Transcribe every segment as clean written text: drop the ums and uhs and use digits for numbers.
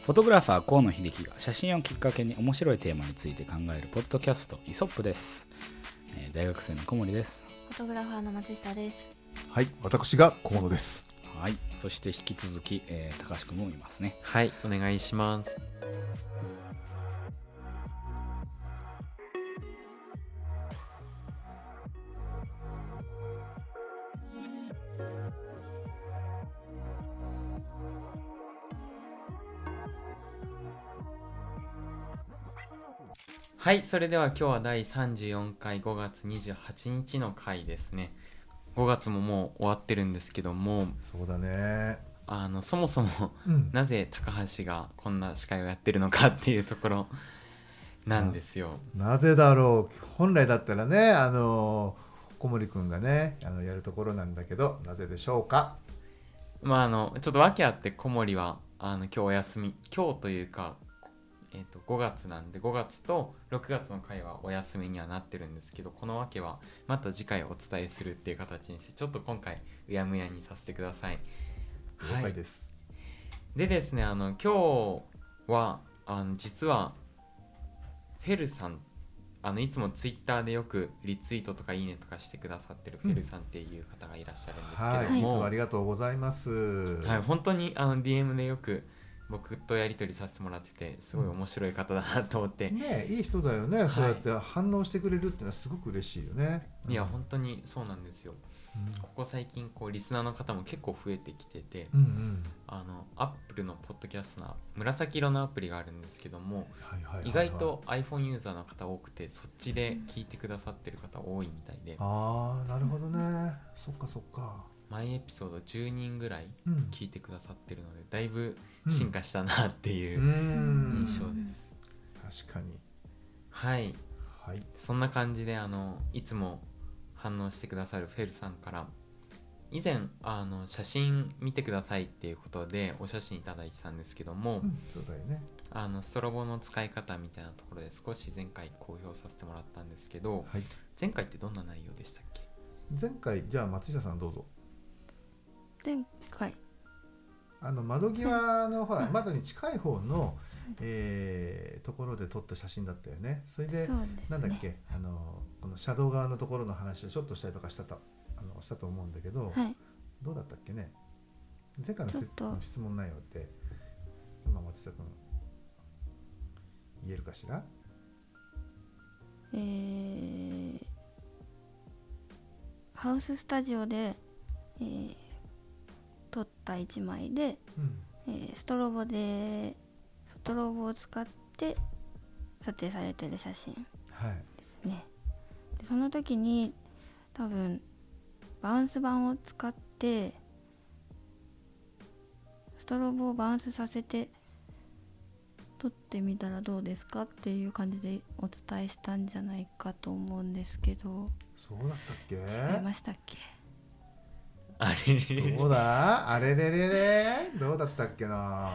フォトグラファー河野秀樹が写真をきっかけに面白いテーマについて考えるポッドキャストイソップです。大学生の小森です。 フォトグラファーの松下です。 はい、私が河野です。 はい、そして引き続き、高橋君もいますね。 はい、お願いします。はい、それでは今日は第34回5月28日の回ですね。5月ももう終わってるんですけども、 そうだね。 そもそも、なぜ高橋がこんな司会をやってるのかっていうところなんですよ。 なぜだろう。本来だったらね、小森くんがねやるところなんだけど、なぜでしょうか。 ちょっと訳あって小森は今日お休み、今日というか5月なんで5月と6月の回はお休みにはなってるんですけど、この訳はまた次回お伝えするっていう形にして、ちょっと今回うやむやにさせてください。 了解です。 でですね、今日は実はフェルさん、いつもツイッターでよくリツイートとかいいねとかしてくださってるフェルさんっていう方がいらっしゃるんですけども、 いつもありがとうございます。 はい、本当にDM でよく僕とやり取りさせてもらってて、すごい面白い方だなと思って、 ね、いい人だよね、そうやって反応してくれるっていうのはすごく嬉しいよね。 いや本当にそうなんですよ。ここ最近リスナーの方も結構増えてきてて、アップルのポッドキャストの紫色のアプリがあるんですけども、意外と iPhone ユーザーの方多くて、そっちで聞いてくださってる方多いみたいで、 なるほどね。そっかそっか。 毎エピソード10人ぐらい聞いてくださってるので、だいぶ進化したなっていう印象です。 確かに。 はい、そんな感じでいつも反応してくださるフェルさんから、以前写真見てくださいっていうことでお写真いただいてたんですけども、 そうだよね。 ストロボの使い方みたいなところで少し前回公表させてもらったんですけど、前回ってどんな内容でしたっけ？ 前回、じゃあ松下さんどうぞ。 前回窓際のほら窓に近い方の、ところで撮った写真だったよね。それで、なんだっけ、この車道側のところの話をちょっとしたりとかしたと思うんだけど、どうだったっけね。前回の質問内容って今松下君言えるかしら。 ハウススタジオで、撮った1枚で、ストロボを使って撮影されてる写真ですね。でその時に多分バウンス板を使ってストロボをバウンスさせて撮ってみたらどうですかっていう感じでお伝えしたんじゃないかと思うんですけど。 そうだったっけ？ 違いましたっけ？ あれれれ、 どうだ？あれれれれ、どうだったっけな。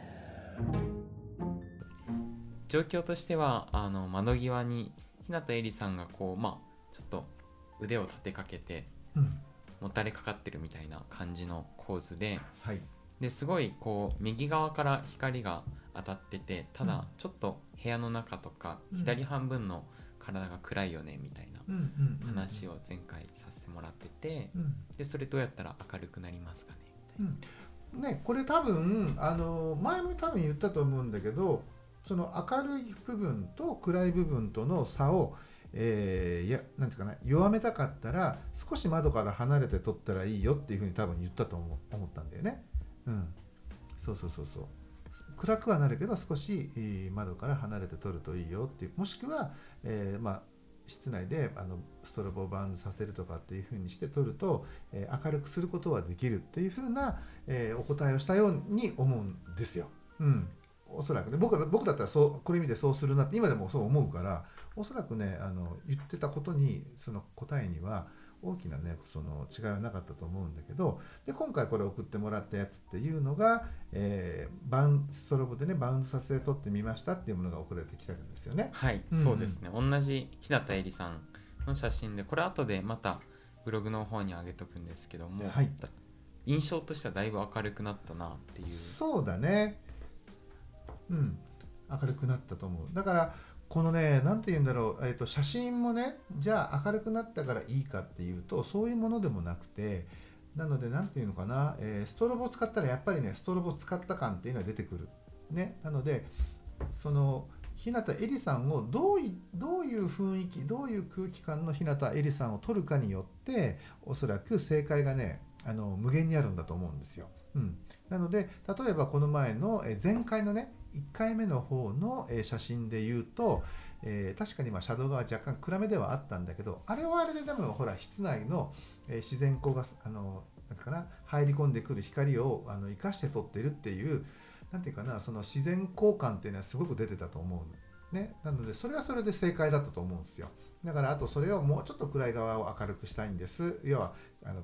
状況としては窓際に日向絵里さんがちょっと腕を立てかけて、もたれかかってるみたいな感じの構図で、ですごい右側から光が当たってて、ただちょっと部屋の中とか左半分の体が暗いよねみたいな話を前回させてもらってて、でそれどうやったら明るくなりますかねみたいな。 これ多分前も多分言ったと思うんだけど、その明るい部分と暗い部分との差を、なんていうかな、弱めたかったら少し窓から離れて撮ったらいいよっていうふうに多分言ったと思ったんだよね。そう。暗くはなるけど少し窓から離れて撮るといいよっていう、もしくは、室内でストロボをバウンドさせるとかっていう風にして撮ると、明るくすることはできるっていう風な、お答えをしたように思うんですよ。おそらくね、僕だったらこれ見てそうするなって今でもそう思うから、おそらくね言ってたことにその答えには大きなねその違いはなかったと思うんだけど、で今回これ送ってもらったやつっていうのが、ストロボでねバウンドさせて撮ってみましたっていうものが送られてきたんですよね。 そうですね。同じ日向絵里さんの写真で、これ後でまたブログの方に上げとくんですけども、印象としてはだいぶ明るくなったなっていう。 そうだね。 明るくなったと思う。だからこのね、なんて言うんだろう、写真もね、じゃあ明るくなったからいいかっていうとそういうものでもなくて、なのでなんていうのかな、ストロボを使ったらやっぱりねストロボを使った感っていうのは出てくるね。なのでその日向絵里さんをどういう雰囲気、どういう空気感の日向絵里さんを撮るかによっておそらく正解がね無限にあるんだと思うんですよ。なので例えばこの前の前回のね1回目の方の写真で言うと、確かにシャドウが若干暗めではあったんだけど、あれはあれで多分ほら室内の自然光がなんていうかな、入り込んでくる光を生かして撮ってるっていうなんていうかな、その自然光感っていうのはすごく出てたと思うね。なのでそれはそれで正解だったと思うんですよ。だからあとそれをもうちょっと暗い側を明るくしたいんです。要は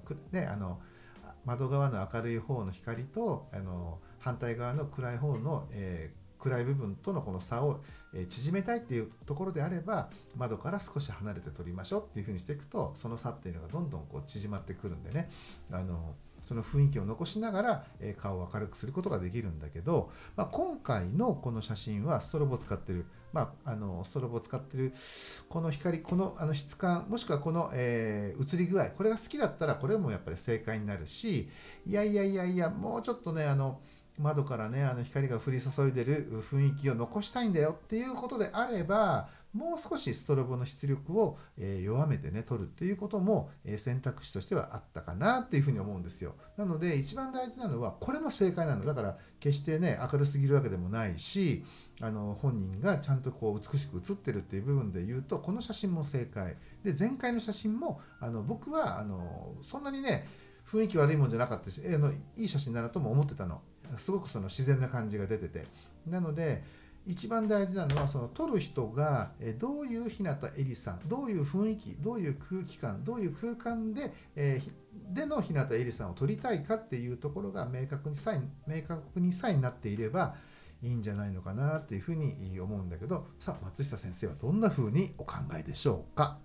窓側の明るい方の光と反対側の暗い方の、暗い部分とのこの差を縮めたいっていうところであれば窓から少し離れて撮りましょうっていう風にしていくと、その差っていうのがどんどんこう縮まってくるんでね、その雰囲気を残しながら顔を明るくすることができるんだけど、今回のこの写真はストロボを使ってる、ストロボを使ってるこの光、この質感、もしくはこの、映り具合、これが好きだったらこれもやっぱり正解になるし、いやもうちょっとね窓からね光が降り注いでる雰囲気を残したいんだよっていうことであれば、もう少しストロボの出力を弱めてね撮るっていうことも選択肢としてはあったかなっていうふうに思うんですよ。なので一番大事なのはこれも正解なのだから、決してね明るすぎるわけでもないし、本人がちゃんとこう美しく写ってるっていう部分で言うとこの写真も正解で、前回の写真も僕はそんなにね雰囲気悪いもんじゃなかったし、いい写真だなとも思ってたの。すごくその自然な感じが出てて、なので一番大事なのはその撮る人がどういう日向絵里さん、どういう雰囲気、どういう空気感、どういう空間での日向絵里さんを撮りたいかっていうところが明確にさえなっていればいいんじゃないのかなっていうふうに思うんだけど、さあ松下先生はどんなふうにお考えでしょうか。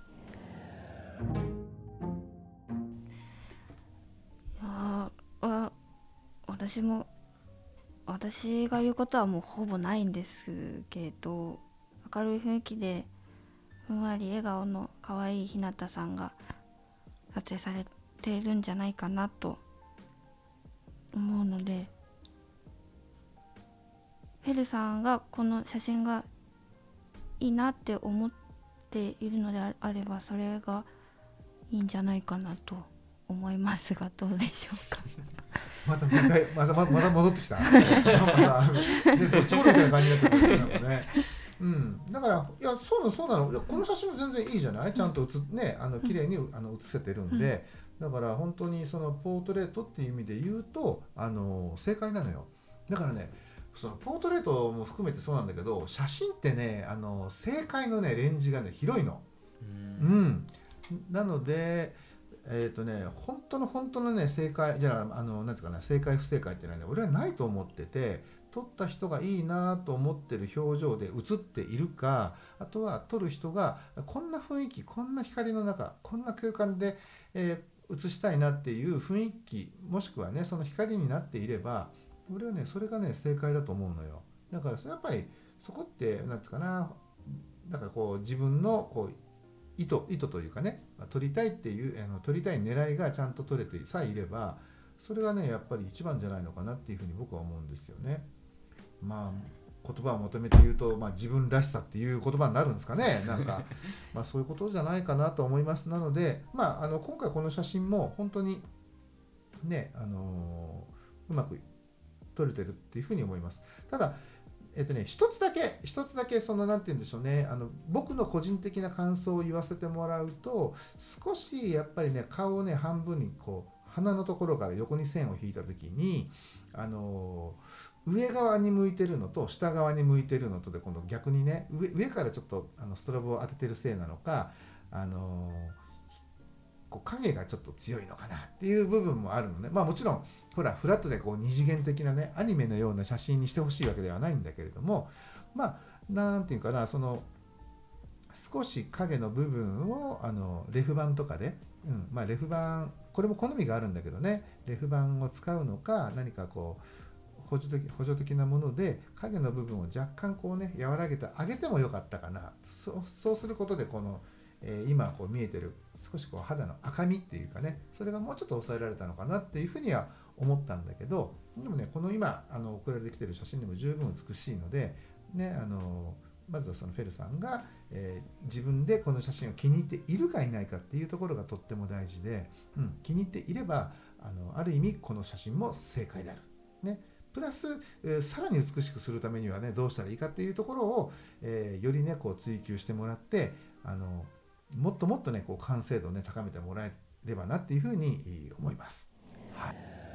私が言うことはもうほぼないんですけど、明るい雰囲気でふんわり笑顔の可愛い日向さんが撮影されているんじゃないかなと思うので、フェルさんがこの写真がいいなって思っているのであればそれがいいんじゃないかなと思いますが、どうでしょうか。 また戻ってきた。ちょうどみたいな感じになっちゃったね。だからいやそうなの。この写真も全然いいじゃない。ちゃんと綺麗に写せてるんで、だから本当にそのポートレートっていう意味で言うと正解なのよ。だからね、そのポートレートも含めてそうなんだけど、写真ってね正解のねレンジがね広いの。なので本当のね正解じゃなんていうかな、正解不正解っていうのはね俺はないと思ってて、撮った人がいいなと思ってる表情で写っているか、あとは撮る人がこんな雰囲気、こんな光の中、こんな空間で、写したいなっていう雰囲気、もしくはねその光になっていれば、俺はねそれがね正解だと思うのよ。だからやっぱりそこってなんていうかな、なんかこう自分のこう意図というかね、撮りたいっていう撮りたい狙いがちゃんと撮れてさえいれば、それがねやっぱり一番じゃないのかなっていうふうに僕は思うんですよね。言葉を求めて言うと、自分らしさっていう言葉になるんですかね。なんかそういうことじゃないかなと思います。なので今回この写真も本当にねうまく撮れてるっていうふうに思います。ただ一つだけそのなんて言うんでしょうね、僕の個人的な感想を言わせてもらうと、少しやっぱりね顔をね半分にこう鼻のところから横に線を引いた時に上側に向いてるのと下側に向いてるのとで今度逆にね上からちょっとストロボを当ててるせいなのかこう影がちょっと強いのかなっていう部分もあるのね。もちろんほらフラットでこう二次元的なねアニメのような写真にしてほしいわけではないんだけれども、なんていうかな、その少し影の部分をレフ板とかで、レフ板これも好みがあるんだけどね、レフ板を使うのか何かこう補助的なもので影の部分を若干こうね和らげてあげてもよかったかな。そうすることでこの、今こう見えてる少しこう肌の赤みっていうかね、それがもうちょっと抑えられたのかなっていうふうには思ったんだけど、でもねこの今送られてきてる写真でも十分美しいのでね、まずはそのフェルさんが、自分でこの写真を気に入っているかいないかっていうところがとっても大事で、気に入っていればある意味この写真も正解である、ね、プラス、さらに美しくするためにはねどうしたらいいかっていうところを、よりねこう追求してもらってもっともっとねこう完成度をね高めてもらえればなっていうふうに思います。はい、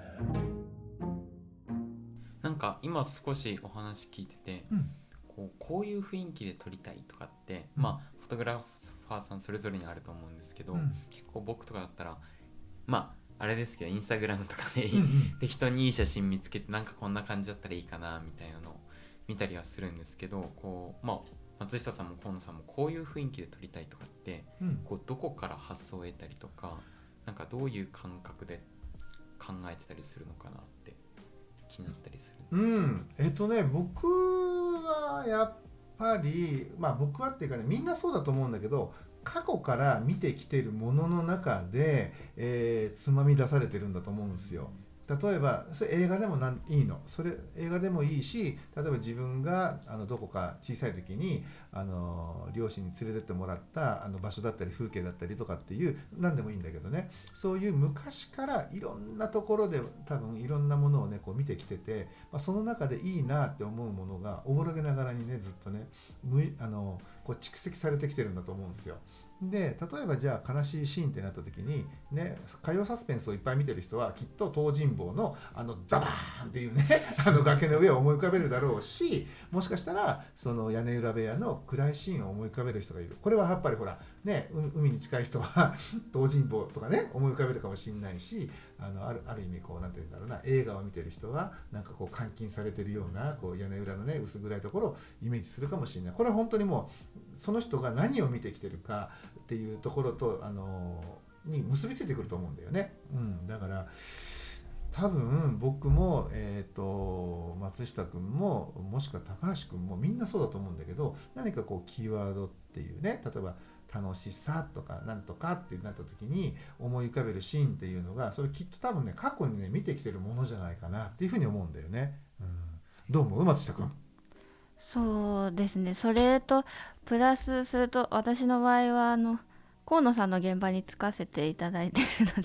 なんか今少しお話聞いてて、こういう雰囲気で撮りたいとかって、フォトグラファーさんそれぞれにあると思うんですけど、結構僕とかだったらあれですけどインスタグラムとかで、適当にいい写真見つけてなんかこんな感じだったらいいかなみたいなのを見たりはするんですけど、松下さんも河野さんもこういう雰囲気で撮りたいとかって、どこから発想を得たりとか、なんかどういう感覚で考えてたりするのかなって気になったりするんですけど。 僕はやっぱり僕はっていうかね、みんなそうだと思うんだけど、過去から見てきてるものの中で、つまみ出されてるんだと思うんですよ。例えばそれ映画でもいいの、それ映画でもいいし、例えば自分がどこか小さい時に両親に連れてってもらった場所だったり風景だったりとかっていう何でもいいんだけどね、そういう昔からいろんなところで多分いろんなものをねこう見てきてて、その中でいいなって思うものがおぼろげながらにねずっとねこう蓄積されてきてるんだと思うんですよ。で例えばじゃあ悲しいシーンってなった時にね、火曜サスペンスをいっぱい見てる人はきっと東尋坊のザバーンっていうね崖の上を思い浮かべるだろうし、もしかしたらその屋根裏部屋の暗いシーンを思い浮かべる人がいる。これはやっぱりほらね、海に近い人は東尋坊とかね思い浮かべるかもしれないし、ある意味こうなんていうんだろうな、映画を見てる人はなんかこう監禁されてるようなこう屋根裏のね薄暗いところをイメージするかもしれない。これは本当にもうその人が何を見てきてるかっていうところとに結びついてくると思うんだよね。だから多分僕も、松下君ももしくは高橋君もみんなそうだと思うんだけど、何かこうキーワードっていうね、例えば楽しさとかなんとかってなった時に思い浮かべるシーンっていうのが、それきっと多分ね過去にね見てきてるものじゃないかなっていうふうに思うんだよね。どう思う松下君？ そうですね、それとプラスすると私の場合は河野さんの現場に就かせていただいているの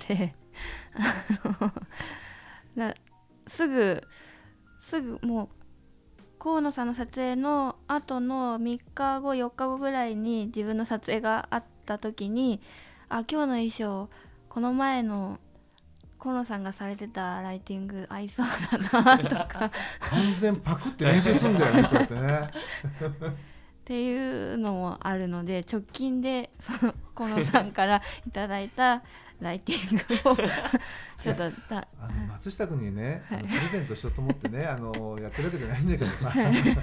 ですぐもう河野さんの撮影の後の3日後4日後ぐらいに自分の撮影があった時に、今日の衣装この前の河野さんがされてたライティング合いそうだなとか完全パクって練習するんだよねそうやってねっていうのもあるので、直近でその河野さんからいただいたライティングをちょっと松下君にね、プレゼントしようと思ってねやってるわけじゃないんだけどさ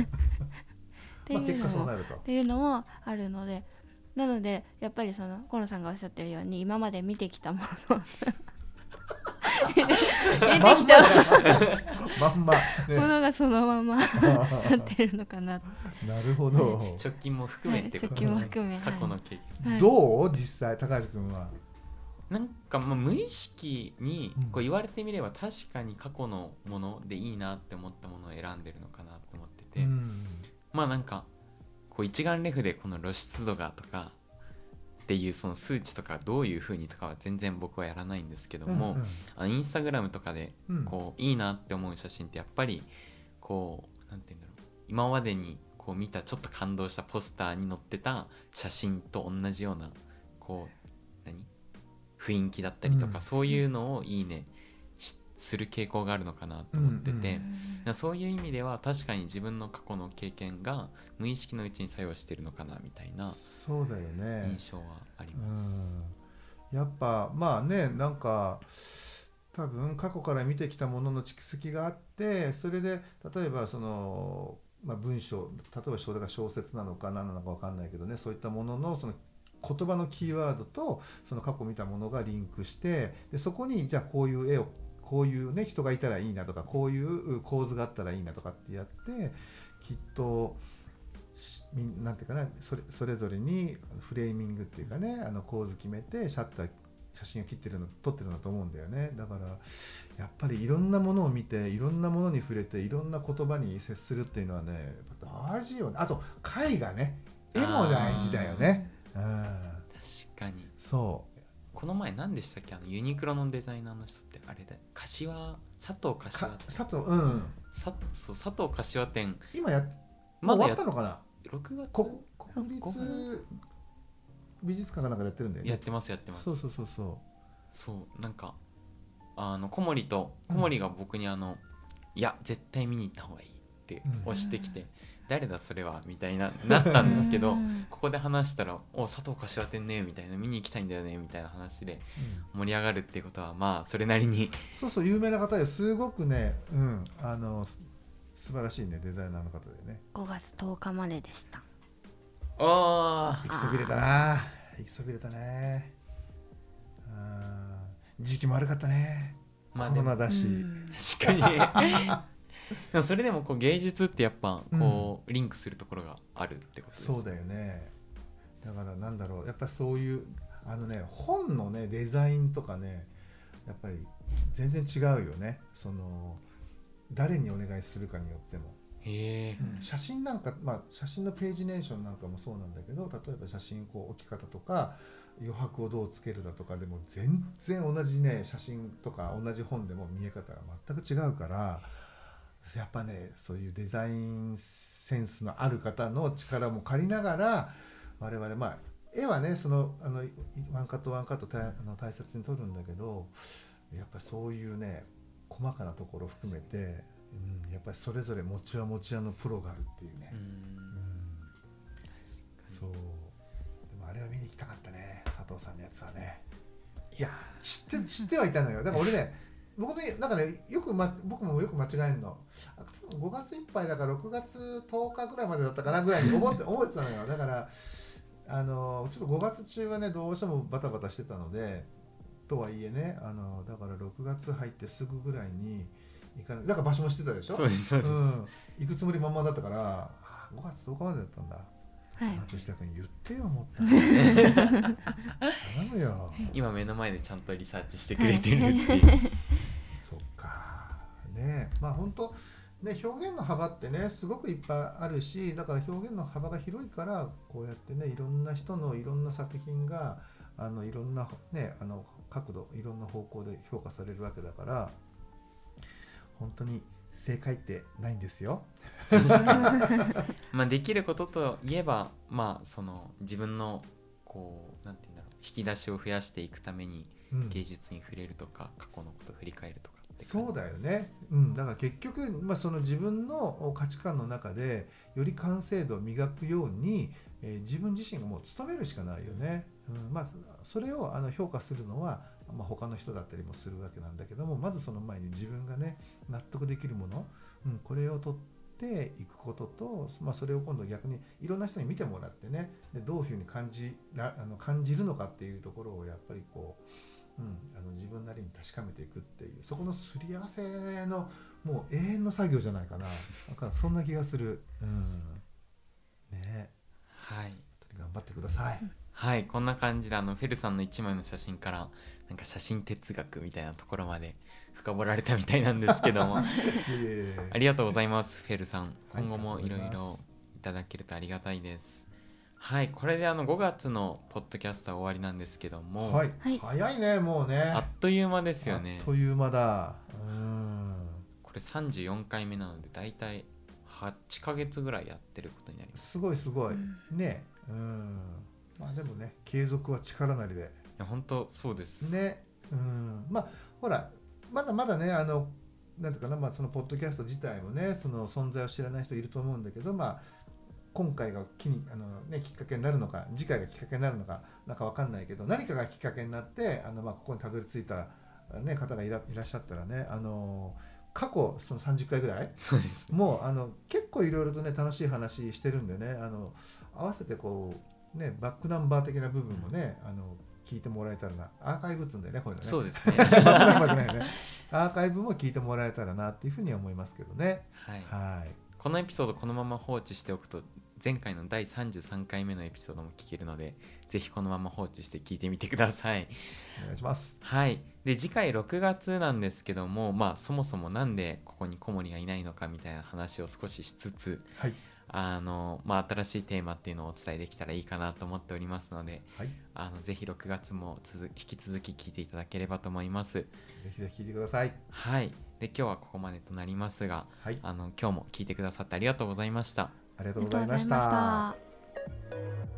結果そうなるとっていうのもあるので、なのでやっぱりその河野さんがおっしゃってるように今まで見てきたものまんま、 ものがそのままなってるのかな。 なるほど。 直近も含めて、 直近も含め過去の経験、 どう実際高橋君は。 なんか無意識にこう言われてみれば確かに過去のものでいいなって思ったものを選んでるのかなって思ってて、なんかこう一眼レフでこの露出度がとかっていうその数値とかどういう風にとかは全然僕はやらないんですけども、インスタグラムとかでこういいなって思う写真ってやっぱりこうなんていうんだろう、今までにこう見たちょっと感動したポスターに載ってた写真と同じようなこう雰囲気だったりとか、そういうのをいいねする傾向があるのかなと思ってて、そういう意味では確かに自分の過去の経験が無意識のうちに作用してるのかなみたいな印象はあります。 やっぱなんか多分過去から見てきたものの蓄積があって、それで例えばその、文章、例えばそれが小説なのか何なのか分かんないけどね、そういったもののその言葉のキーワードとその過去見たものがリンクして、でそこにじゃあこういう絵をこういうね人がいたらいいなとか、こういう構図があったらいいなとかってやって、きっとなんていうかな、それぞれにフレーミングっていうかね、構図決めて写真を撮ってるんだと思うんだよね。だからやっぱりいろんなものを見て、いろんなものに触れて、いろんな言葉に接するっていうのはね大事よね。あと絵画ね、絵も大事だよね。確かに。 そうこの前何でしたっけ、ユニクロのデザイナーの人ってあれだ、佐藤柏店今もう終わったのかな。 6月国立美術館かなんかやってるんだよね。 やってます。そうなんか小森が僕にいや絶対見に行った方がいいって押してきて、誰だそれはみたいなったんですけどここで話したら佐藤柏店ねみたいな、見に行きたいんだよねみたいな話で盛り上がるっていうことは、まあそれなりにそう有名な方ですごくね、素晴らしいねデザイナーの方でね。 5月10日まででした。 行きそびれたね。時期も悪かったね、コロナだし。 確かにでもそれでも芸術ってやっぱリンクするところがあるってことですね。 そうだよね。だからなんだろう、やっぱりそういう本のねデザインとかね、やっぱり全然違うよね。誰にお願いするかによっても。写真なんか、写真のページネーションなんかもそうなんだけど、例えば写真置き方とか余白をどうつけるだとかでも全然同じね写真とか同じ本でも見え方が全く違うから、やっぱねそういうデザインセンスのある方の力も借りながら、我々絵はねワンカット大切に撮るんだけど、やっぱりそういうね細かなところを含めて、やっぱりそれぞれ持ちはのプロがあるっていうね。そうでもあれは見に行きたかったね、佐藤さんのやつはね。いや知ってはいたのよ。だから俺ね僕ねなんかね僕もよく間違えるの。5月いっぱいだから6月10日ぐらいまでだったかなぐらいに覚えてたのよ。だからちょっと5月中はねどうしてもバタバタしてたので、とはいえねだから6月入ってすぐぐらいに行かない。だから場所も知ってたでしょ。 そうです、 行くつもり満々だったから、5月10日までだったんだ。話した後に言ってよ、もった頼むよ。 今目の前でちゃんとリサーチしてくれてるっていうそっかね。本当ね、表現の幅ってねすごくいっぱいあるし、だから表現の幅が広いからこうやってねいろんな人のいろんな作品がいろんなね角度いろんな方向で評価されるわけだから、本当に正解ってないんですよ。 できることといえば、自分のなんていうんだろう、引き出しを増やしていくために芸術に触れるとか、過去のことを振り返るとかってそうだよね。だから結局、その自分の価値観の中でより完成度を磨くように、自分自身がもう努めるしかないよね。それを評価するのは他の人だったりもするわけなんだけども、まずその前に自分がね納得できるもの、これを取っていくことと、それを今度逆にいろんな人に見てもらってね、でどういうふうに感じるのかっていうところをやっぱり自分なりに確かめていくっていう、そこのすり合わせのもう永遠の作業じゃないかな。なんかそんな気がする。ね。 はい。 頑張ってください。 はい、こんな感じでフェルさんの1枚の写真からなんか写真哲学みたいなところまで深掘られたみたいなんですけどもありがとうございます、フェルさん。今後もいろいろいただけるとありがたいです。はい、これで5月のポッドキャストは終わりなんですけども、 はい、早いね、もうね、 あっという間ですよね。 あっという間だ。 これ34回目なのでだいたい8ヶ月ぐらいやってることになります。 すごいね。でもね、継続は力なりで。 いや本当そうですね。ほらまだまだねなんていうかな、そのポッドキャスト自体もねその存在を知らない人いると思うんだけど、今回がきっかけになるのか、次回がきっかけになるのかなんか分かんないけど、何かがきっかけになってここにたどり着いた、方がいらっしゃったらね、過去その30回ぐらい、 そうです、 もう結構いろいろとね楽しい話してるんでね、合わせてバックナンバー的な部分もね聞いてもらえたらな、アーカイブっつうんだよねこれね。 そうですねアーカイブも聞いてもらえたらなっていうふうには思いますけどね。 はい、このエピソードこのまま放置しておくと前回の第33回目のエピソードも聞けるので、ぜひこのまま放置して聞いてみてください。 お願いします。 はい。で次回6月なんですけども、そもそもなんでここに小森がいないのかみたいな話を少ししつつ、 はい、 新しいテーマっていうのをお伝えできたらいいかなと思っておりますので、 はい、 ぜひ6月も引き続き聞いていただければと思います。ぜひぜひ聞いてください。 はい。で今日はここまでとなりますが、 はい、 今日も聞いてくださってありがとうございました。 ありがとうございました。